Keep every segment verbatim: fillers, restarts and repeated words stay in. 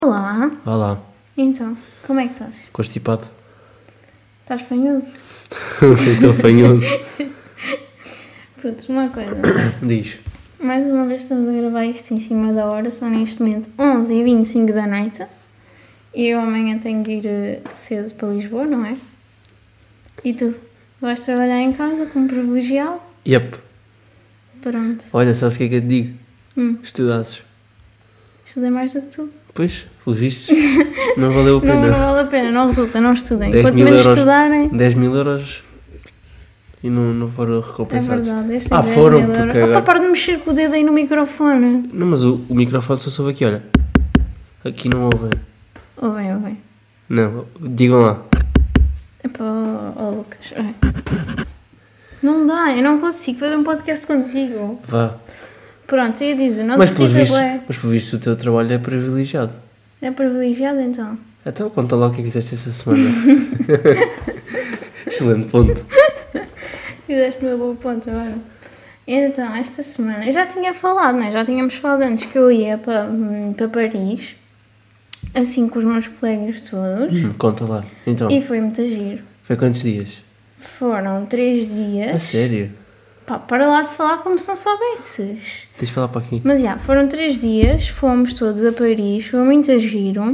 Olá. Olá. Então, como é que estás? Constipado. Estás fanhoso? Estou fanhoso. Putz, uma coisa. Diz. Mais uma vez estamos a gravar isto em cima da hora. São neste momento onze e vinte e cinco da noite. E eu amanhã tenho de ir uh, cedo para Lisboa, não é? E tu? Vais trabalhar em casa como privilegiado? Yep. Pronto. Olha, sabes o que é que eu te digo? Hum. Estudasses. Estudei mais do que tu. Pois, pelos vistos, não valeu a pena. Não, não vale a pena, não resulta, não estudem. dez Quanto mil menos euros, estudarem... dez mil euros e não, não foram É recompensados. verdade, esse é Ah, dez foram, mil euros. porque Ah, pá, agora- para de mexer com o dedo aí no microfone. Não, mas o, o microfone só soube aqui, olha. Aqui não ouvem. Ouvem, ouvem. Não, digam lá. Epá, ó oh, Lucas, ai. Não dá, eu não consigo fazer um podcast contigo. Vá. Pronto, ia dizer, não Mas te pelos fica vistos, bué. mas pelos vistos o teu trabalho é privilegiado. É privilegiado então. Então conta lá o que é que fizeste essa semana. Excelente ponto. Fizeste uma boa ponta agora. Então, esta semana, eu já tinha falado, né? Já tínhamos falado antes que eu ia para, hum, para Paris, assim com os meus colegas todos, Hum, conta lá. Então, e foi muito giro. foi quantos dias? Foram três dias. A sério? Pá, para lá de falar como se não soubesses. Tens de falar para aqui. Mas já, foram três dias, fomos todos a Paris, foi muito giro.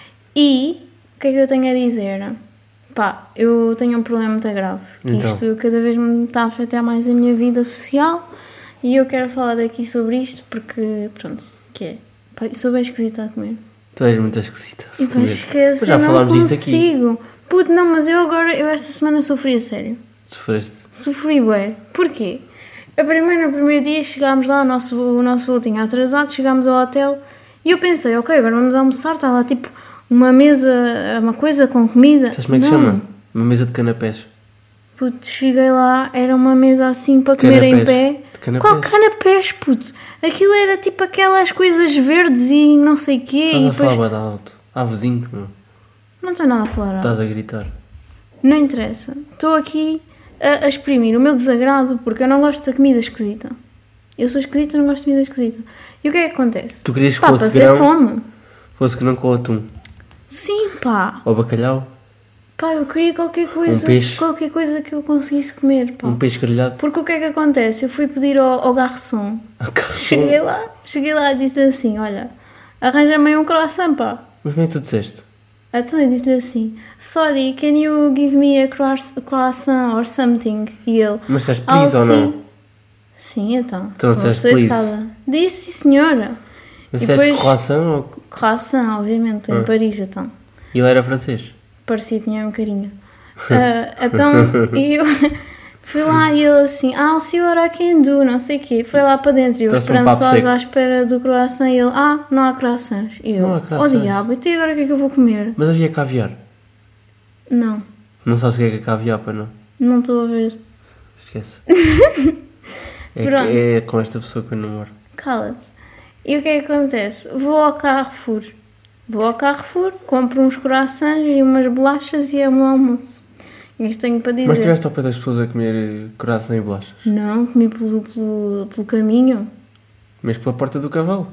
E o que é que eu tenho a dizer? Pá, eu tenho um problema muito grave, que Então. isto cada vez me está a afetar mais a minha vida social e eu quero falar daqui sobre isto porque, pronto, que é? Pá, eu sou bem esquisita a comer. Tu és muito esquisita. E depois esqueço, Mas já eu não falámos disto aqui. consigo. Puto, não, mas eu agora, eu esta semana sofri a sério. Sofreste. Sofri bué. Porquê? A primeira, no primeiro dia chegámos lá, o nosso, o nosso voo tinha atrasado, chegámos ao hotel e eu pensei, ok, agora vamos almoçar, está lá tipo uma mesa, uma coisa com comida. Sabes como é que se Não. chama? Uma mesa de canapés. Puto, cheguei lá, era uma mesa assim para comer em Canapés. pé. De canapés. Qual canapés, puto? Aquilo era tipo aquelas coisas verdes e não sei o quê. Estás E a depois... falar bem alto. Ah, vizinho. Não. Não estou nada a falar alto. Estás a gritar. Não interessa. Estou aqui a, a exprimir o meu desagrado porque eu não gosto da comida esquisita. Eu sou esquisita, não gosto de comida esquisita. E o que é que acontece? Tu querias que Pá, fosse passei grão, fome. fosse grão com atum. Sim, pá. Ou bacalhau. Pá, eu queria qualquer coisa, Um peixe. qualquer coisa que eu conseguisse comer, pá. Um peixe grelhado. Porque o que é que acontece? Eu fui pedir ao, ao garçom. Cheguei lá, cheguei lá e disse-lhe assim, olha, arranja-me aí um croissant, pá. Mas como é que tu disseste? Então eu disse-lhe assim, sorry, can you give me a croiss- croissant or something? E ele, Mas disseste "Ah, please ou não? sim." Sim, então, Então sou uma disseste pessoa please. educada. Disse, sim, senhora. Mas E disseste depois- croissant ou... Croissant, obviamente, estou Ah. em Paris, então. E ele era francês? Parecia que tinha um carinho. Ah, então, eu fui lá e ele assim, ah, senhora, can do, não sei o quê. Foi lá para dentro e eu Trouxe um papo esperançosa seco. à espera do croissant e ele, ah, não há croissants. E eu, Não há oh croissants. diabo, então e agora o que é que eu vou comer? Mas havia caviar. Não, Não sabes o que é que é caviar, para não? não estou a ver. Esquece. é, Pronto. que- é com esta pessoa que eu namoro. Cala-te. E o que é que acontece? Vou ao Carrefour. Vou ao Carrefour, compro uns croissants e umas bolachas e é o meu almoço. Isto tenho para dizer. Mas estiveste ao pé das pessoas a comer eh, coração e bolachas? Não, comi pelo, pelo, pelo caminho. Mas pela porta do cavalo?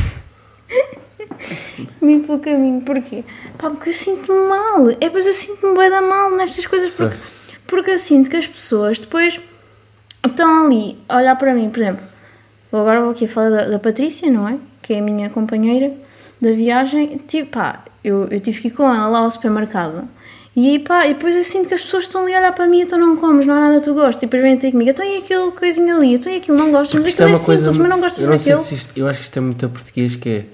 Comi pelo caminho. Porquê? Pá, porque eu sinto-me mal. É, pois eu sinto-me bué da mal nestas coisas. Porque, porque eu sinto que as pessoas depois estão ali a olhar para mim. Por exemplo, eu agora vou aqui falar da, da Patrícia, não é? Que é a minha companheira da viagem. Tipo, pá, eu, eu tive que ir com ela lá ao supermercado. E aí, pá, e depois eu sinto que as pessoas estão ali a olhar para mim e então não comes, não há nada que tu gostes. E depois vêm ter comigo, então e aquele coisinho ali, então e aquilo não gostas, mas Porque isto aquilo é, uma coisa simples, mas não mu- gostas eu não sei daquilo. se isto- eu acho que isto é muito a português, que é...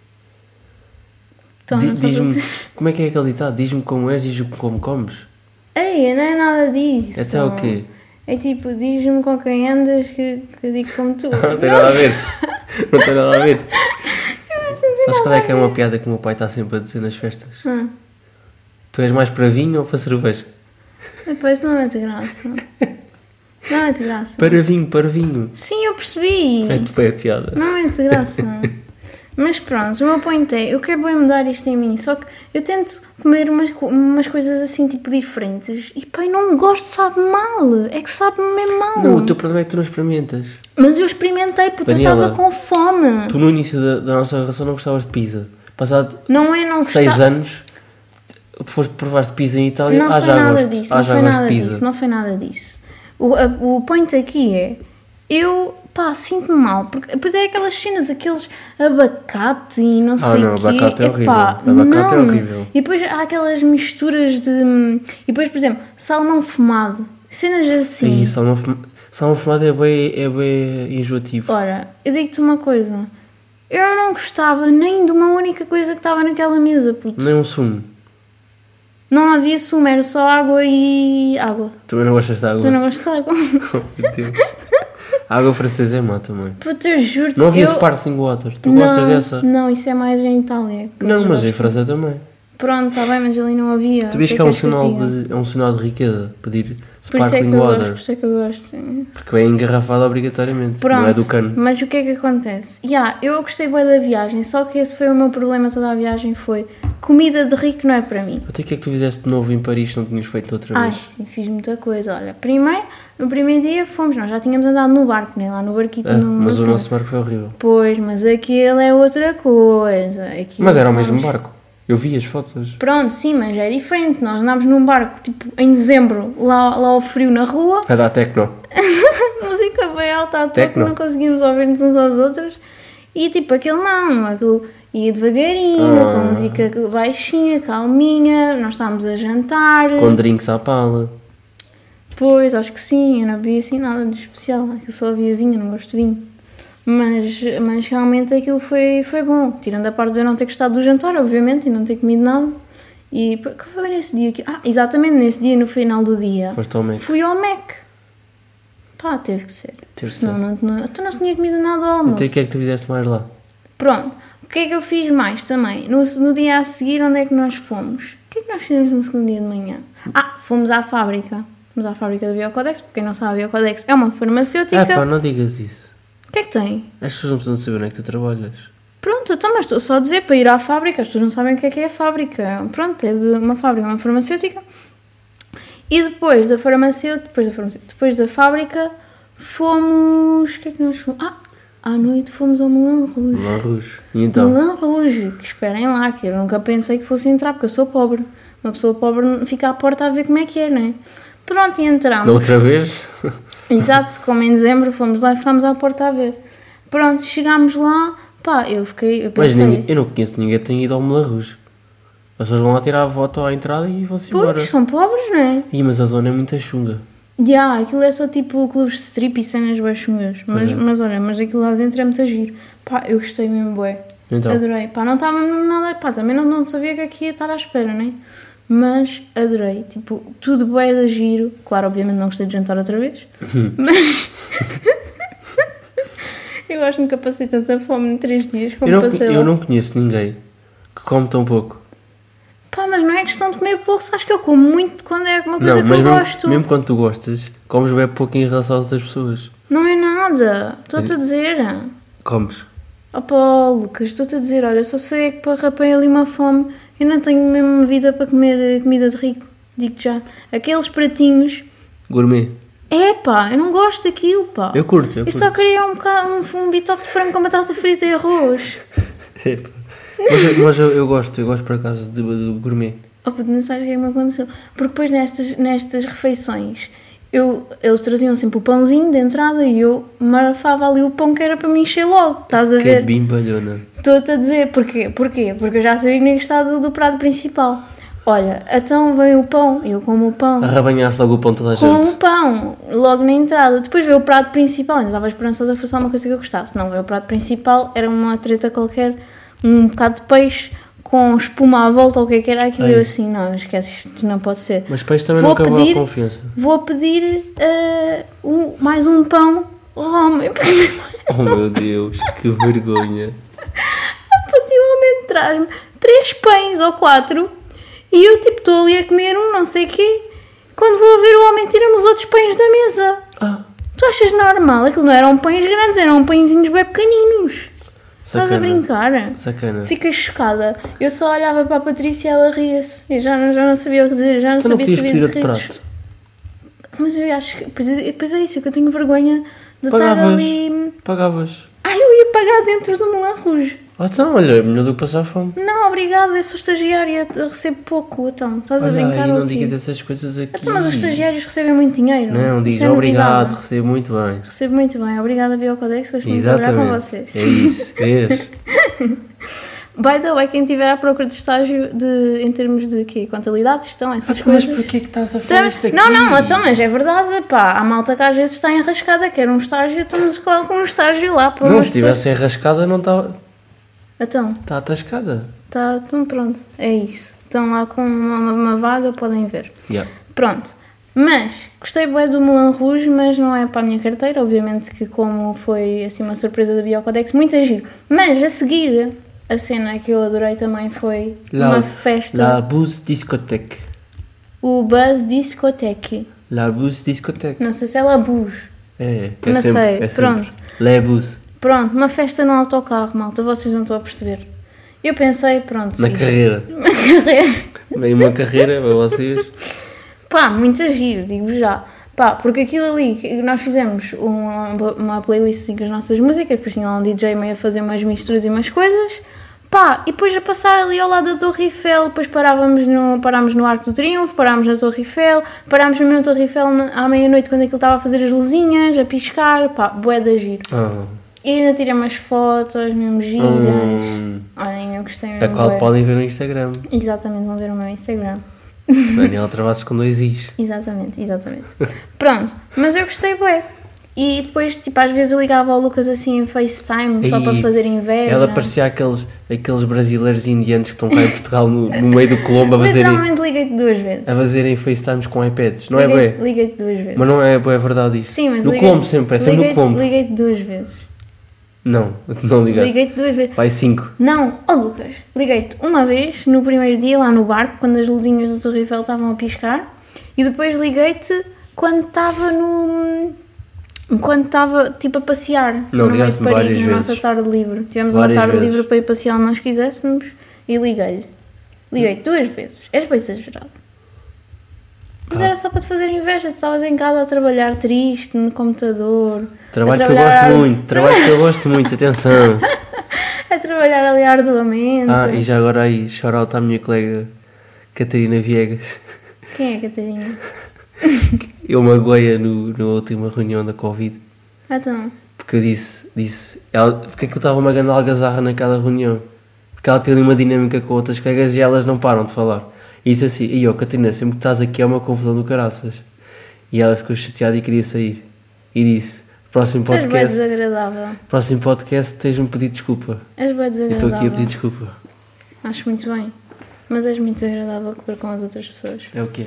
Então, Di- não sei diz-me, dizer. como é que é aquele ditado? Diz-me como és, diz-me como comes. Ei, não é nada disso. Até o quê? É tipo, diz-me com quem andas que, que eu digo como tu. Não tem nada a ver. Não tem nada a ver. Sabes qual é que é uma piada que o meu pai está sempre a dizer nas festas? Hum. Tu és mais para vinho ou para cerveja? Depois não é de graça. Não é de graça. Para vinho, para vinho. Sim, eu percebi. É de foi a piada. Não é de graça. Mas pronto, o meu ponto é, eu quero bem mudar isto em mim, só que eu tento comer umas, co- umas coisas assim, tipo, diferentes, e pá, eu não gosto, sabe mal, é que sabe mesmo mal. Não, o teu problema é que tu não experimentas. Mas eu experimentei porque Daniela, eu estava com fome. Tu no início da, da nossa relação não gostavas de pizza. Passado Não é não seis gostar... anos, foste provaste pizza em Itália, Não ah, foi já nada gosto. disso, ah, não já foi gosto de nada pizza. disso, não foi nada disso. O, a, o point aqui é, eu, pá, sinto-me mal, porque depois é aquelas cenas, aqueles abacate e não sei não, o quê. abacate é Epá, horrível, abacate não. é horrível. E depois há aquelas misturas de... E depois, por exemplo, salmão fumado, cenas assim. E salmão, fuma... salmão fumado é bem, é bem enjoativo. Ora, eu digo-te uma coisa, eu não gostava nem de uma única coisa que estava naquela mesa, puto. Nem um sumo. Não havia sumo, era só água e... água. Também não gostas de água? Tu não gostas de água? Oh, meu Deus. A água francesa é má também. Puta, eu juro-te. Não havia eu... sparkling water. Tu não, gostas dessa? Não, isso é mais em Itália. que Não, eles mas em gostam. França também. Pronto, está bem, mas ali não havia. Tu vês O que é um, queres eu sinal diga? de, é um sinal de riqueza pedir Por isso é que sparkling eu water. gosto, por isso é que eu gosto, sim. Porque vem engarrafado obrigatoriamente. Pronto, não é do cano. mas o que é que acontece? Yeah, eu gostei bem da viagem, só que esse foi o meu problema toda a viagem, foi comida de rico não é para mim. Até o que é que tu fizeste de novo em Paris que não tinhas feito outra Ai, vez? sim, fiz muita coisa. Olha, primeiro, no primeiro dia fomos, nós já tínhamos andado no barco, né? Lá no barquito. Ah, no, mas no o centro. nosso barco foi horrível. Pois, mas aquele é outra coisa. Aquilo Mas era o mesmo fomos- barco. Eu vi as fotos. Pronto, sim, mas é diferente. Nós andámos num barco, tipo, em dezembro, lá, lá ao frio na rua, Vai dar tecno. música bem alta à toa que Tecno. não conseguimos ouvir-nos uns aos outros. E tipo, aquele não, aquele ia devagarinho, Ah. com música baixinha, calminha, nós estávamos a jantar. Com drinks à pala. Pois, acho que sim, eu não havia assim nada de especial, é que eu só havia vinho, eu não gosto de vinho. Mas, mas realmente aquilo foi, foi bom, tirando a parte de eu não ter gostado do jantar, obviamente, e não ter comido nada. E pá, que foi nesse dia aqui? Ah, exatamente nesse dia, no final do dia, Foste ao Mac. fui ao Mac. Pá, teve que ser. Teve que Senão ser. não, não, tu não tinha comido nada ao almoço. Então o que é que tu fizeste mais lá? Pronto, o que é que eu fiz mais também? No, no dia a seguir, onde é que nós fomos? O que é que nós fizemos no segundo dia de manhã? Ah, fomos à fábrica. Fomos à fábrica da Biocodex, porque quem não sabe, a Biocodex é uma farmacêutica. Ah pá, não digas isso. O que é que tem? As pessoas não precisam de saber onde é que tu trabalhas. Pronto, então, mas estou só a dizer para ir à fábrica, as pessoas não sabem o que é que é a fábrica. Pronto, é de uma fábrica, uma farmacêutica. E depois da farmacêutica, depois da farmacêutica, depois da fábrica, fomos... O que é que nós fomos? Ah, à noite fomos ao Moulin Rouge. Não Rouge. E então? Moulin Rouge, que esperem lá, que eu nunca pensei que fosse entrar, porque eu sou pobre. Uma pessoa pobre fica à porta a ver como é que é, não é? Pronto, e entramos. Da outra vez? Exato, como em dezembro fomos lá e ficámos à porta a ver. Pronto, chegámos lá, pá, eu fiquei, eu Mas pensei... ninguém, eu não conheço ninguém que tenha ido ao Moulin Rouge. As pessoas vão lá tirar a foto à entrada e vão-se embora. Pois, são pobres, não é? Ih, mas a zona é muito chunga. Já, aquilo é só tipo clubes de strip e cenas baixunhas. Mas, é. mas olha, mas aquilo lá dentro é muito giro. Pá, eu gostei mesmo, bué. Então, Adorei. Pá, não estava nada... Pá, também não, não sabia o que é que ia estar à espera, né? Mas adorei. Tipo, tudo bué de giro. Claro, obviamente não gostei de jantar outra vez. Mas... eu acho que nunca passei tanta fome em três dias como eu, não, passei eu lá. não conheço ninguém que come tão pouco. Pá, mas não é questão de comer pouco. Acho que eu como muito quando é uma coisa Não, que mas eu mesmo, gosto. mesmo quando tu gostas, comes bem pouco em relação às outras pessoas. Não é nada. Estou-te a dizer... Comes. Oh pá, Lucas, estou-te a dizer, olha, só sei é que parrapei ali uma fome, eu não tenho mesmo vida para comer comida de rico, digo-te já. Aqueles pratinhos, Gourmet. é pá, eu não gosto daquilo, pá. Eu curto, eu Eu curto. só queria um bocado, um, um bitoque de frango com batata frita e arroz. Epá. Mas, eu- mas eu, eu gosto, eu gosto por acaso de, de gourmet. Oh puto, não sabes o que é que me aconteceu? Porque depois nestas, nestas refeições, eu, eles traziam sempre o pãozinho de entrada e eu marafava ali o pão que era para me encher logo, estás a Que ver? bimbalhona. Estou-te a dizer, porquê? Porquê? Porque eu já sabia que nem gostava do, do prato principal. Olha, então veio o pão, eu como o pão. Arrabanhaste logo o pão toda a Com gente. o pão, logo na entrada. Depois veio o prato principal, ainda estava esperançosa que fosse uma coisa que eu gostasse. Não, veio o prato principal, era uma treta qualquer, um bocado de peixe com espuma à volta, ou o que é que era aquilo. E eu assim, não, esquece, isto não pode ser. Mas peixe também Vou não acabou pedir- a confiança. Vou pedir eh, um- mais um pão. Oh, homem, Oh meu Deus, que vergonha. puto, e o homem traz-me três pães ou quatro e eu tipo estou ali a comer um não sei o quê. Quando vou a ver o homem tira-me os outros pães da mesa. Ah, Tu achas normal? Aquilo não eram pães grandes, eram pãezinhos bem pequeninos. Estás a sacana. brincar? Sacana. Fiquei chocada. Eu só olhava para a Patrícia e ela ria-se. Eu já não, já não sabia o que dizer, já não Tu não sabia podias saber pedir de outro risos. prato. Mas eu acho que... Pois é, pois é isso, que eu tenho vergonha de estar Pagavas. ali... Pagavas. Ah, eu ia pagar dentro do Moulin Rouge. Ah, então, olha, melhor do que passar fome. Não, obrigada, eu sou estagiária, recebo pouco, então, estás olha, a brincar aí ou não quê? digas essas coisas aqui. Então, mas os estagiários recebem muito dinheiro. Não, diz Isso é obrigado, novidade. recebo muito bem. Recebo muito bem, obrigada Biocodex, gosto muito de trabalhar com vocês. É isso, vês? By the way, quem estiver à procura de estágio de, em termos de quê? Contabilidade, gestão, essas Ah, coisas. mas porquê que estás a falar Então, isto aqui? não, não, então, mas é verdade, pá, há malta que às vezes está enrascada, quer um estágio, estamos com um estágio lá. Para Não, umas se estivesse enrascada não estava... Então, Está atascada. tá, então pronto, é isso. Estão lá com uma, uma vaga, podem ver. Yeah. Pronto. Mas, gostei bem do Moulin Rouge, mas não é para a minha carteira, obviamente que como foi assim uma surpresa da Biocodex, muito giro. Mas a seguir, a cena que eu adorei também foi La, uma festa, La Buzz Discothèque. o Buzz Discothèque. La Buzz Discothèque. Não sei se é La Buzz. É, é Não sempre, sei, é sempre. pronto. La Buzz. Pronto, uma festa no autocarro, malta, vocês não estão a perceber. Eu pensei, pronto. Na isto- carreira. Na carreira. Bem, uma carreira para vocês. Pá, muito giro, digo já. Pá, porque aquilo ali, que nós fizemos uma, uma playlist assim, com as nossas músicas, depois tinha lá um D J meio a fazer umas misturas e umas coisas. Pá, e depois a passar ali ao lado da Torre Eiffel, depois parávamos no, parámos no Arco do Triunfo, parámos na Torre Eiffel, parámos mesmo na Torre Eiffel na- à meia-noite quando aquilo estava a fazer as luzinhas, a piscar, pá, bué da giro. Ah, E ainda tirei umas fotos, mesmo giras. hum, Olhem, eu gostei mesmo. a qual bué. podem ver no Instagram. Exatamente, vão ver o meu Instagram. Daniela Travassos com dois Is. Exatamente, exatamente. Pronto, mas eu gostei bué. E depois, tipo, às vezes eu ligava ao Lucas assim em FaceTime, só E para fazer inveja. Ela parecia aqueles, aqueles brasileiros indianos que estão cá em Portugal no, no meio do Colombo a fazerem, Literalmente liguei-te duas vezes. a fazerem FaceTimes com iPads. Não é Liguei- bué? Liguei-te duas vezes. Mas não é bué verdade isso. Sim, mas no liguei- Colombo sempre, é sempre no liguei- Colombo. Liguei-te duas vezes. Não, não ligaste. Liguei-te duas vezes. Vai cinco. Não, ó Lucas, liguei-te uma vez no primeiro dia lá no barco, quando as luzinhas do Torre Eiffel estavam a piscar, e depois liguei-te quando estava no. Quando estava tipo a passear Não, no meio de ligaste-me Paris, várias na nossa vezes. tarde livre. Tivemos Várias uma tarde vezes. livre para ir passear onde nós quiséssemos e liguei-lhe. Liguei-te duas vezes. És bem exagerado. Mas Ah. era só para te fazer inveja. Tu estavas em casa a trabalhar triste no computador. Trabalho a que eu trabalhar- gosto muito, trabalho que eu gosto muito, atenção. A trabalhar ali arduamente. Ah, e já agora aí, shout-out à minha colega Catarina Viegas. Quem é, Catarina? Eu magoei-a no, na última reunião da Covid. Então, Porque eu disse, disse ela, porque é que eu estava uma grande algazarra naquela reunião? Porque ela tem ali uma dinâmica com outras colegas e elas não param de falar. E disse assim, e ó Catarina, sempre que estás aqui é uma confusão do caraças. E ela ficou chateada e queria sair. E disse, próximo és bem podcast, desagradável. próximo podcast tens-me pedir desculpa. És bem Eu desagradável. estou aqui a pedir desculpa. Acho muito bem. Mas és muito desagradável para com as outras pessoas. É o quê?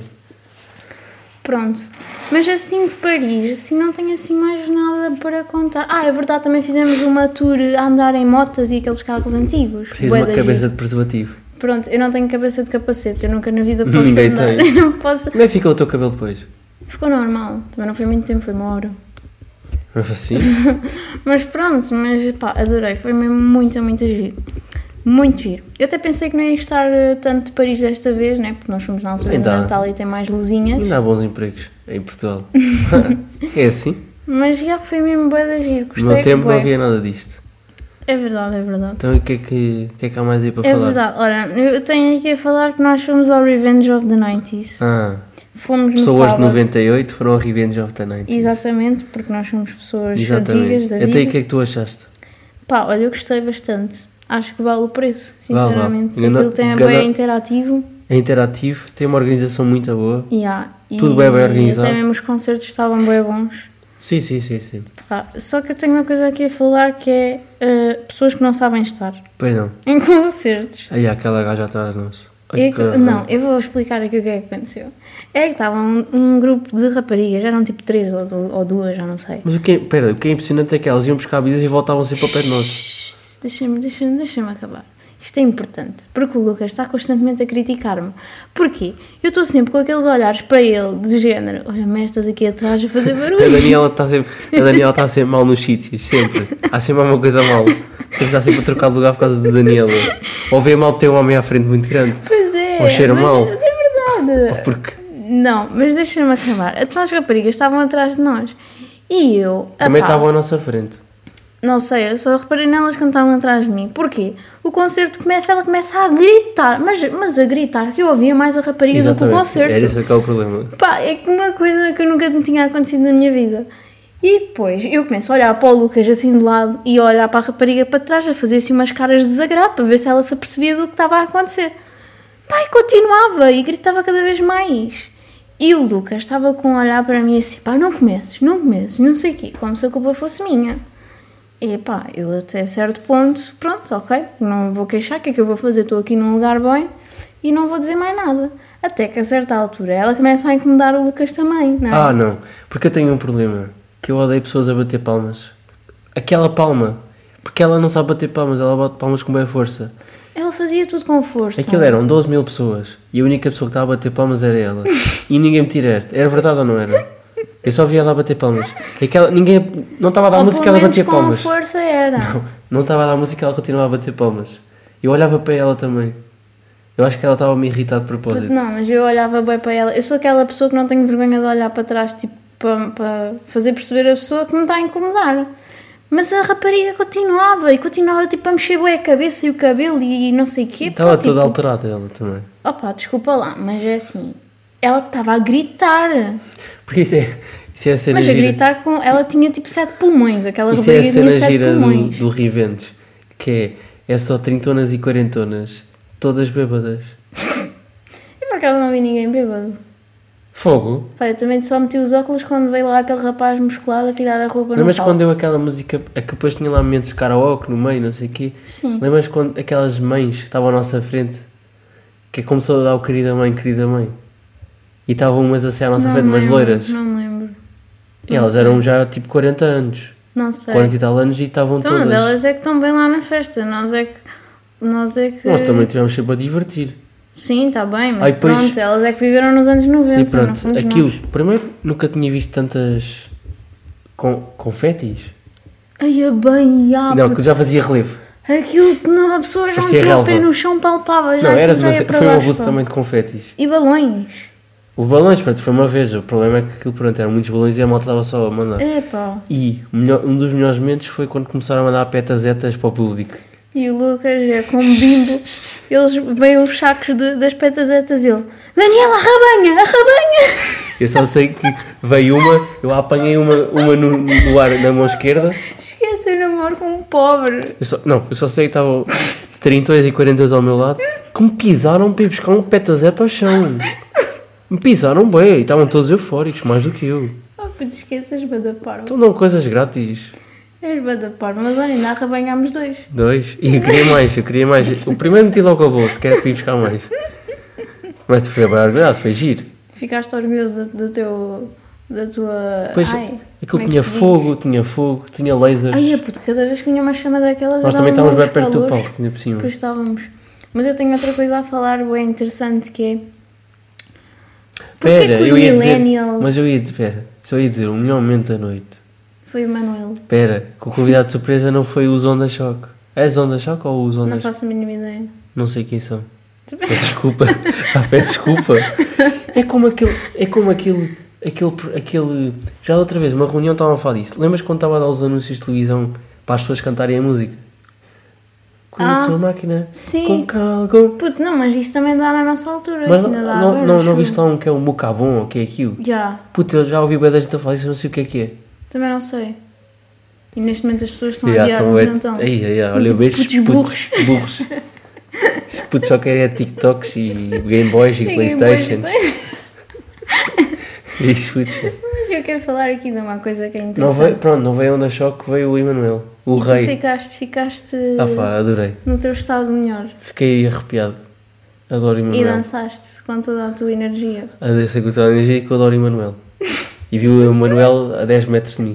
Pronto. Mas assim de Paris, assim não tenho assim mais nada para contar. Ah, é verdade, também fizemos uma tour a andar em motas e aqueles carros antigos. Preciso de Bué uma da cabeça giro. de preservativo. Pronto, eu não tenho cabeça de capacete, eu nunca na vida posso Ninguém andar. tem. Eu não posso... Como é que ficou o teu cabelo depois? Ficou normal, também não foi muito tempo, foi uma hora. Assim? Mas pronto, mas pá, adorei, foi mesmo muito, muito giro. Muito giro. Eu até pensei que não ia estar eh, tanto de Paris desta vez, né? Porque nós fomos na altura Nem do dá. Natal e tem mais luzinhas. Ainda há bons empregos em Portugal. É assim? Mas já foi mesmo bué da giro, No gostei. meu tempo bué. não havia nada disto. É verdade, é verdade. Então o que é que, o que, é que há mais aí para É falar? verdade, olha, eu tenho aqui a falar que nós fomos ao Revenge of the nineties. Ah, Fomos no pessoas de sábado. noventa e oito foram ao Revenge of the nineties. Exatamente, porque nós somos pessoas antigas Exatamente. da Até vida. aí o que é que tu achaste? Pá, olha, eu gostei bastante. Acho que vale o preço, Vale, sinceramente. vale. Ainda- Aquilo tem cada- bem interativo. É interativo, tem uma organização muito boa. E há. Tudo e bem, bem organizado. Até mesmo os concertos estavam bem bons. Sim, sim, sim, sim. Pá, só que eu tenho uma coisa aqui a falar que é eh, pessoas que não sabem estar Pois não. em concertos. Aí há aquela gaja atrás de nós. Ai, É que- caralho. não, eu vou explicar aqui o que é que aconteceu. É que estava um, um grupo de raparigas, eram tipo três ou, du- ou duas, já não sei. Mas o que, é, pera, o que é impressionante é que elas iam buscar bebidas e voltavam sempre ao pé de nós. Shhh, Deixa-me deixa deixa acabar. Isto é importante, porque o Lucas está constantemente a criticar-me. Porquê? Eu estou sempre com aqueles olhares para ele, de género, olha-me estas aqui atrás a fazer A barulho. Daniela está sempre, a Daniela está sempre mal nos sítios, sempre. Há sempre alguma coisa mal. Sempre está sempre a trocar de lugar por causa da Daniela. Ou vê mal ter um homem à frente muito grande. Pois é, Ou cheira mas mal. é verdade. Ou porque Não, mas deixa-me acabar. Então as raparigas estavam atrás de nós. E eu... também epá, estavam à nossa frente. Não sei, eu só reparei nelas quando estavam atrás de mim. Porquê? O concerto começa, ela começa a gritar, mas, mas a gritar, que eu ouvia mais a rapariga Exatamente. do que o concerto. Era esse que é o problema. Pá, é que uma coisa que nunca me tinha acontecido na minha vida. E depois eu começo a olhar para o Lucas assim de lado e a olhar para a rapariga para trás, a fazer assim umas caras de desagrado para ver se ela se apercebia do que estava a acontecer. Pá, e continuava e gritava cada vez mais. E o Lucas estava com a olhar para mim assim, pá, não comeces, não comeces, não sei o quê, como se a culpa fosse minha. E pá, eu até certo ponto, pronto, ok, não vou queixar, o que é que eu vou fazer? Estou aqui num lugar bem e não vou dizer mais nada. Até que a certa altura ela começa a incomodar o Lucas também, não é? Ah, não, porque eu tenho um problema, que eu odeio pessoas a bater palmas. Aquela palma, porque ela não sabe bater palmas, ela bate palmas com boa força. Ela fazia tudo com força. Aquilo eram doze mil pessoas e a única pessoa que estava a bater palmas era ela. E ninguém me tira esta. Era verdade ou não era? Eu só via ela a bater palmas. Aquela, ninguém, não estava a dar Ou música, pelo ela menos batia com palmas. força era. Não, não estava a dar música, ela continuava a bater palmas. Eu olhava para ela também. Eu acho que ela estava a me irritar de propósito. Não, mas eu olhava bem para ela. Eu sou aquela pessoa que não tenho vergonha de olhar para trás, tipo, para, para fazer perceber a pessoa que me está a incomodar. Mas a rapariga continuava e continuava tipo a mexer bem a cabeça e o cabelo e não sei o quê. Estava pá, toda tipo, alterada ela também. Opá, desculpa lá, mas é assim, ela estava a gritar. Porque isso é, isso é a cena Mas a gira. gritar com... Ela tinha tipo sete pulmões, aquela Isso é a rapariga tinha cena sete gira do, pulmões. do Riventes. Que é, é só trintonas e quarentonas. Todas bêbadas. E por acaso não vi ninguém bêbado. Fogo. Pá, eu também só meti os óculos quando veio lá aquele rapaz musculado a tirar a roupa Não, no mas palco. quando deu aquela música, é que depois tinha lá momentos de karaoke no meio, não sei o quê. Sim. Lembras quando aquelas mães que estavam à nossa frente, que começou a dar o querida mãe, querida mãe, e estavam umas assim à nossa Não frente, me umas lembro, loiras. Não me lembro. E Não elas sei. eram já tipo quarenta anos, Não sei. quarenta e tal anos e estavam Então, todas. mas elas é que estão bem lá na festa. Nós é que... Nós é que... Nós também tivemos sempre a divertir. Sim, está bem, mas Aí depois- pronto, elas é que viveram nos anos noventa, E não pronto, fomos aquilo, nós. primeiro nunca tinha visto tantas con confetis. Ai, é bem, ah, Não, puto. que já fazia relevo. Aquilo que não, a pessoa já Parecia metia o pé relva. no chão, palpava, já Não, era aquilo já ia demasiado- para foi um baixo, abuso pá. também de confetis. E balões. O balões, pronto, foi uma vez. O problema é que aquilo, pronto, eram muitos balões e a malta estava só a mandar. Epá. E o melhor- um dos melhores momentos foi quando começaram a mandar petazetas para o público. E o Lucas é com um bimbo, eles veem os sacos de, das petazetas e ele, Daniela, arrabanha, arrabanha! Eu só sei que veio uma, eu apanhei uma, uma no, no ar na mão esquerda. Esquece o namoro com um pobre. Eu só, não, eu só sei que estavam trinta e quarenta ao meu lado que me pisaram para ir buscar um petazete ao chão. Me pisaram bem e estavam todos eufóricos, mais do que eu. Oh, puto, esqueces, bada parvo. Então dão coisas grátis. És bada parvo, mas olha, ainda arrabanhámos dois. Dois. E eu queria mais, eu queria mais. O primeiro meti logo ao bolso, quero ir buscar mais. Mas foi bem orgulhado, foi giro. Ficaste orgulhoso do, do teu, da tua... Depois, Ai, aquilo como é que tinha se diz? fogo, tinha fogo, tinha lasers. Ai, é puto, cada vez que vinha uma chama daquelas... Nós eu também dava estávamos bem uns perto do calores. palco, ainda por cima. Depois estávamos. Mas eu tenho outra coisa a falar, bem interessante, que é... Porquê Espera, que os eu ia dizer, millennials... mas eu ia dizer, espera, só ia dizer, o melhor momento da noite. Foi o Manuel. Espera, que o convidado de surpresa não foi os Onda Choque. É os Onda Choque ou os Onda Não Choque? faço a mínima ideia. Não sei quem são. Peço desculpa. Ah, peço desculpa. É como aquele, é como aquele, aquele, aquele, já outra vez, uma reunião estavam a falar disso. Lembras quando estava a dar os anúncios de televisão para as pessoas cantarem a música? Com a Ah, sua máquina, sim. com calgo. Puto, não, mas isso também dá na nossa altura. Mas isso não, ainda dá não, agora, não, não acho viste lá um que é o Mocabon ou o que é aquilo? eu. Já, Puta, eu já ouvi bem da gente a falar isso, eu não sei o que é que é. também não sei. E neste momento as pessoas estão Ya, a odiar, então mas é- não estão. aí, aí, olha, Muito eu vejo putos burros. putos burros. Os putos só querem é TikToks e Game Boys e Ninguém Playstations. pode- E os putos. Mas eu quero falar aqui de uma coisa que é Não interessante. veio, pronto, não veio Onda Choque, veio o Emanuel, o E tu rei. ficaste, ficaste Ah pá, adorei. no teu estado melhor. Fiquei arrepiado. Adoro E Emanuel. dançaste com toda a tua energia. A dessa cultura de energia que eu adoro Emanuel. E vi o Emanuel a dez metros de mim.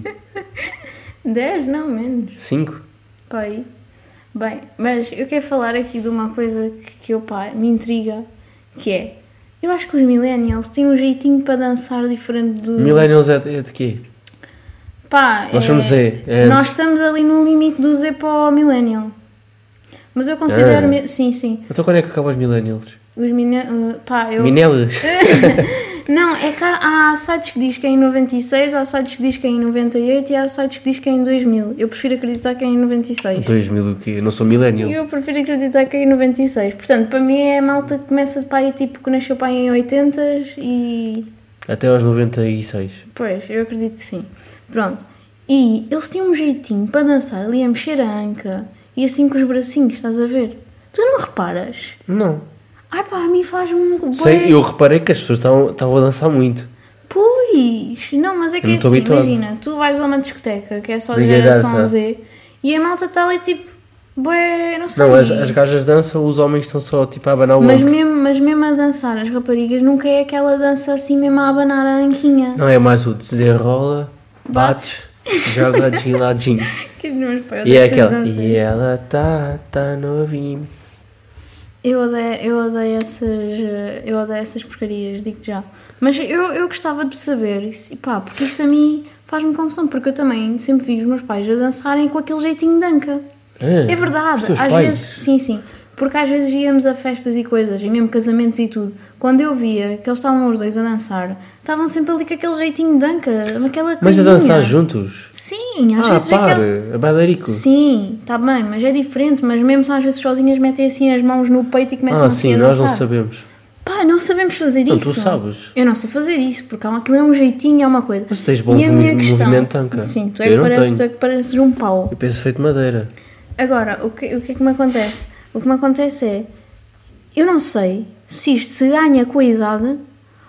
dez, não, menos. cinco? Pá, aí. Bem, mas eu quero falar aqui de uma coisa que, que eu, pá, me intriga, que é, eu acho que os millennials têm um jeitinho para dançar diferente do... Millennials é de, é de quê? Pá, Nós é- somos Z. É nós antes. estamos ali no limite do Z para o millennial. Mas eu considero... Ah. me- Sim, sim. Então quando é que acabam os Millennials? Os mine... uh, pá, eu... Minelas? Não, é que há, há sites que diz que é em noventa e seis, há sites que diz que é em noventa e oito e há sites que diz que é em dois mil. Eu prefiro acreditar que é em noventa e seis. dois mil o quê? Eu não sou millennial. Eu prefiro acreditar que é em noventa e seis. Portanto, para mim é a malta que começa de pai, tipo, que nasceu pai em oitenta e... Até aos noventa e seis. Pois, eu acredito que sim. Pronto. E eles tinham um jeitinho para dançar ali a mexer a anca e assim com os bracinhos, estás a ver? Tu não reparas? Não. Ai pá, a mim faz-me... bué- Sei, eu reparei que as pessoas estavam, estavam a dançar muito. Pois, não, mas é que Eu é não estou assim, habituado. imagina, tu vais a uma discoteca que é só de Ninguém geração dança. Z e a malta está ali tipo, bué, não sei. Não, as, as gajas dançam, os homens estão só tipo a abanar o mas, ombro. mesmo, mas mesmo a dançar, as raparigas nunca é aquela dança assim mesmo a abanar a anquinha. Não, é mais o desenrola, bates, joga ladinho, ladinho. Que meus pais, eu E odeio é essas aquela. danças. E ela tá, tá novinho. Eu odeio, eu odeio essas, eh, eu odeio essas porcarias, digo-te já. Mas eu, eu gostava de saber, isso, e pá, porque isto a mim faz-me confusão, porque eu também sempre vi os meus pais a dançarem com aquele jeitinho de anca. Ah, É verdade, os teus às pais? vezes, sim, sim, porque às vezes íamos a festas e coisas, e mesmo casamentos e tudo, quando eu via que eles estavam os dois a dançar, estavam sempre ali com aquele jeitinho de anca, aquela Mas a coisinha. dançar juntos? Sim, às Ah, vezes pare, aquela... a bailarico. Sim, está bem, mas é diferente, mas mesmo se às vezes sozinhas metem assim as mãos no peito e começam Ah, assim sim, a nós dançar. não sabemos. Pá, não sabemos fazer Então isso. tu sabes. Eu não sei fazer isso, porque aquilo é um jeitinho, é uma coisa. Mas tu tens bom E a minha movi- questão- movimento de anca. Sim, tu é, Eu que não parece, tenho. tu é que pareces um pau. Eu penso feito de madeira. Agora, o que, o que é que me acontece? O que me acontece é, eu não sei se isto se ganha com a idade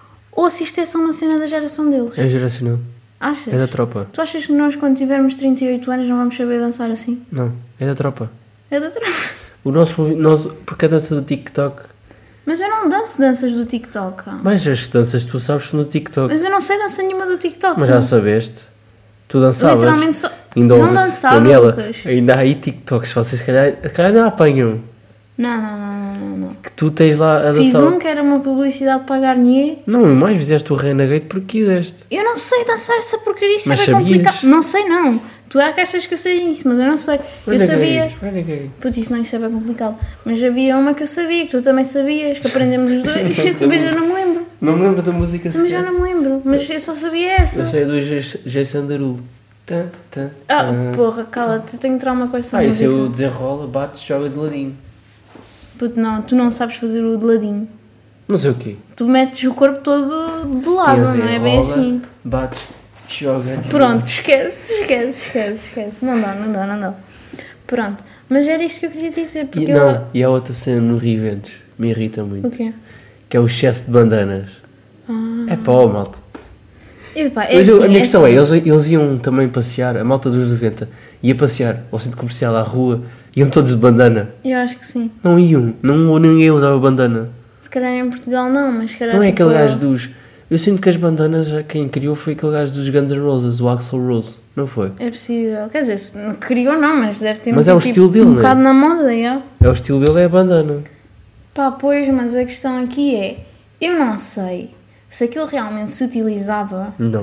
ou se isto é só uma cena da geração deles. É geracional. Achas? É da tropa. Tu achas que nós, quando tivermos trinta e oito anos, não vamos saber dançar assim? Não, é da tropa. É da tropa. O nosso, movi- nosso porque a dança do TikTok. Mas eu não danço danças do TikTok. Mas as danças tu sabes no TikTok. Mas eu não sei dança nenhuma do TikTok. Mas já sabeste. Tu dançavas. Literalmente só... Ainda não houve- dançava, Daniela, Lucas. ainda há aí TikToks, vocês se calhar, se calhar não apanham. Não, não, não, não, não, não. Que tu tens lá a Fiz dançar. um que era uma publicidade para a Garnier. Não, mais fizeste o Renegade porque quiseste. Eu não sei dançar essa porcaria, isso é Mas bem sabias? complicado. Não sei, não. Tu é que achas que eu sei isso, mas eu não sei. Eu sabia. Renegade. Putz, isso não, isso é bem complicado. Mas havia uma que eu sabia, que tu também sabias, que aprendemos os dois, mas já não me lembro. Não me lembro da música Mas já sequer. não me lembro. Mas eu só sabia essa. Eu sei do J- Jason Derulo. Tá, tá, Ah, tá. porra, cala-te, eu tenho trauma com essa Ah, isso é música. o desenrola, bate, joga de ladinho. Puto, não, tu não sabes fazer o de ladinho. Não sei o quê. Tu metes o corpo todo de lado, Tens não é bem enrola, assim. Bate, joga. Pronto, esquece, esquece, esquece, esquece. Não dá, não dá, não dá. Pronto, mas era isto que eu queria dizer, E, porque não, eu... e há outra cena no Rio Eventos, me irrita muito, O quê? que é o excesso de bandanas. Ah. É pá, ó, malta. E, pá, é Mas eu- assim, a minha é questão assim. é, eles, eles iam também passear, a malta dos noventa, ia passear ao centro comercial, à rua, iam todos de bandana. Eu acho que sim. Não iam, não, ninguém usava bandana. Se calhar em Portugal não, mas se calhar Não é tipo, aquele gajo dos... Eu sinto que as bandanas, já quem criou foi aquele gajo dos Guns N' Roses, o Axl Rose, não foi? É possível. Quer dizer, se não criou não, mas deve ter Mas é o metido, estilo tipo, dele, um não é? bocado na moda, é? É o estilo dele, é a bandana. Pá, pois, mas a questão aqui é, eu não sei se aquilo realmente se utilizava. Não.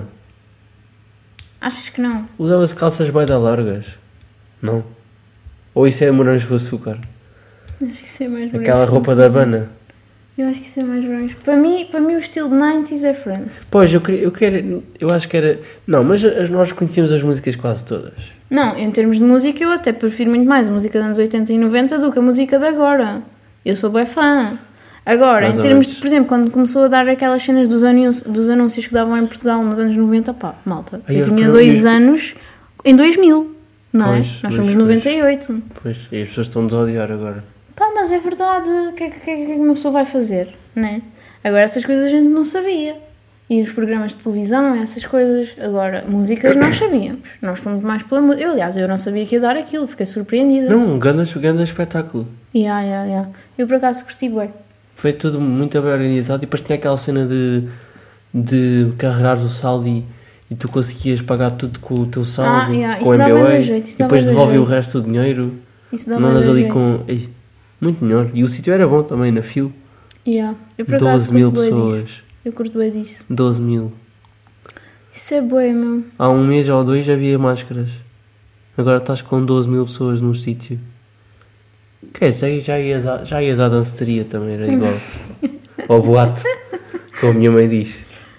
Achas que não? Usava-se calças bem largas? Não. Ou isso é morangos com açúcar? Acho que isso é mais branco. Aquela roupa da Habana? Eu acho que isso é mais branco. Para mim, para mim o estilo de noventa é Friends. Pois, eu, queria, eu quero... Eu acho que era... Não, mas as- nós conhecíamos as músicas quase todas. Não, em termos de música eu até prefiro muito mais a música dos anos oitenta e noventa do que a música de agora. Eu sou bem fã. Agora, Mais em ou termos menos. de, por exemplo, quando começou a dar aquelas cenas dos anúncios, dos anúncios que davam em Portugal nos anos noventa, pá, malta, Ai, eu eu tinha que- dois eu- anos em dois mil, não Pois, é? Nós pois, somos pois. noventa e oito. Pois, e as pessoas estão-nos a odiar agora. Pá, mas é verdade, o que é que, que é que uma pessoa vai fazer, não é? Agora, essas coisas a gente não sabia. E os programas de televisão, essas coisas. Agora, músicas nós sabíamos. Nós fomos mais pela música. Eu, aliás, eu não sabia que ia dar aquilo, fiquei surpreendida. Não, um grande, grande espetáculo. Ya, ya, ya. Eu, por acaso, gostei bem. Foi tudo muito bem organizado e depois tinha aquela cena de, de carregares o saldo e, e tu conseguias pagar tudo com o teu saldo, Ah, yeah, com o isso dá bué M B A, de jeito, isso e dá depois bué de devolve o jeito. resto do dinheiro. Isso dá Não andas bué de ali jeito. com... Ei, muito melhor. E o sítio era bom também, na fila. Ya. Eu, por acaso, doze mil curto bué pessoas. disso. Eu curto bem disso. doze mil. Isso é bué, meu. Há um mês ou dois havia máscaras. Agora estás com doze mil pessoas num sítio. Quer dizer, já ias à, já ias à danceteria também, era igual. Ou boate, como a minha mãe diz.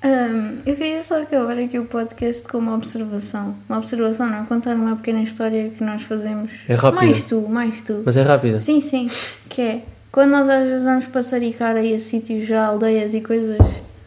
Um, eu queria só acabar aqui o podcast com uma observação. Uma observação, não, contar uma pequena história que nós fazemos. É rápida. Mais tu, mais tu. Mas é rápida. Sim, sim. Que é, quando nós às vezes vamos passaricar aí a sítios, já aldeias e coisas...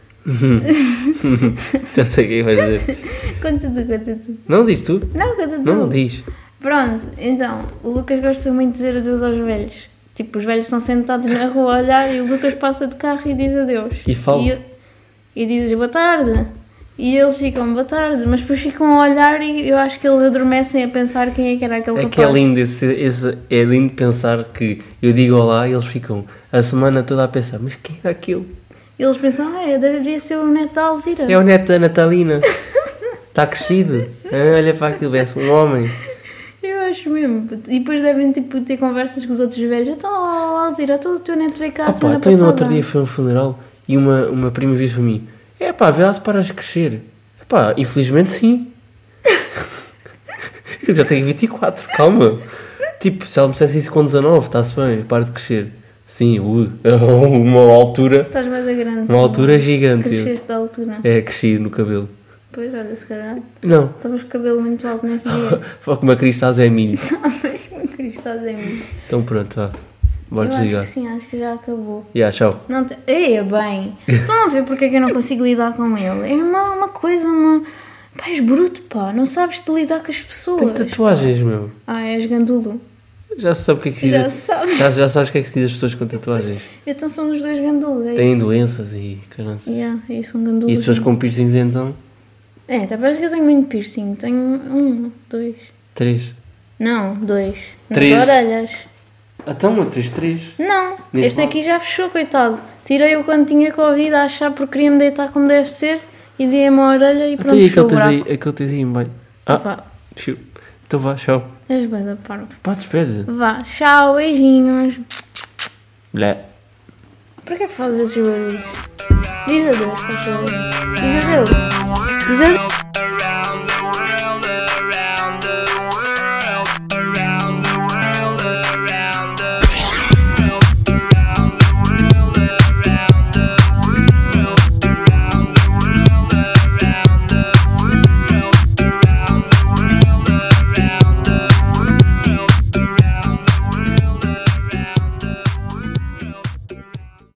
Já sei o que vais dizer. Conta tu, conta tu. Não, diz tu. Não, conta tu. Não, diz. Pronto, então, o Lucas gosta muito de dizer adeus aos velhos. Tipo, os velhos estão sentados na rua a olhar e o Lucas passa de carro e diz adeus. E fala. E, e diz boa tarde. E eles ficam boa tarde, mas depois ficam a olhar e eu acho que eles adormecem a pensar quem é que era aquele É rapaz. que é lindo, esse, esse, é lindo pensar que eu digo olá e eles ficam a semana toda a pensar, mas quem era aquele? E eles pensam, ah, é, deveria ser o neto da Alzira. É o neto da Natalina. Está crescido. Ah, olha para aquilo, parece um homem. Eu acho mesmo. E depois devem tipo, ter conversas com os outros velhos. Então, oh, Alzira, então o teu neto veio cá a Opa, semana então passada. no outro dia foi um funeral e uma, uma prima disse para mim, é pá, vê lá se paras de crescer. É pá, infelizmente sim. Eu já tenho vinte e quatro, calma. Tipo, se ela me dissesse isso com dezanove, está-se bem, para de crescer. Sim, ui, uma altura, Estás bem da grande. uma altura gigante. Cresceste da altura. É, cresci no cabelo. Pois, olha, se calhar. Não, Estavas com o cabelo muito alto nesse dia. foi como a Cristas é milho. Estavas com o Cristal em mim. Então pronto, vá. Bora Eu desligar. acho que sim, acho que já acabou. Yeah, tchau. Não te... Ei, bem. Estão a ver porque é que eu não consigo lidar com ele? É uma, uma coisa, uma... Pá, és bruto, pá. Não sabes de lidar com as pessoas. Tem tatuagens, meu. Ah, és gandulo. Já se sabe o que é que se Já diz. sabes. Já, já sabes o que é que se diz das pessoas com tatuagens. Então são os dois gandulos, é Têm isso? doenças e caramba. Yeah, e são gandulos. E as pessoas com piercings então? É, até parece que eu tenho muito piercing. Tenho um, dois. Três. Não, dois. Três. Nas orelhas. Então, mas tens três. Não, Nesse este lado? aqui já fechou, coitado. Tirei-o quando tinha Covid a achar porque queria-me deitar como deve ser e dei-me a orelha e pronto, Então, e fechou aquele o tens buraco. aí, aquele tens aí em baixo. Ah, Opa, fiu. Então vá, tchau. és bem da parva. Pá, despede. Vá, tchau, beijinhos. Blé. Para que é que fazes esses barulhos? Diz adeus, faz favor. Diz adeus. Diz adeus.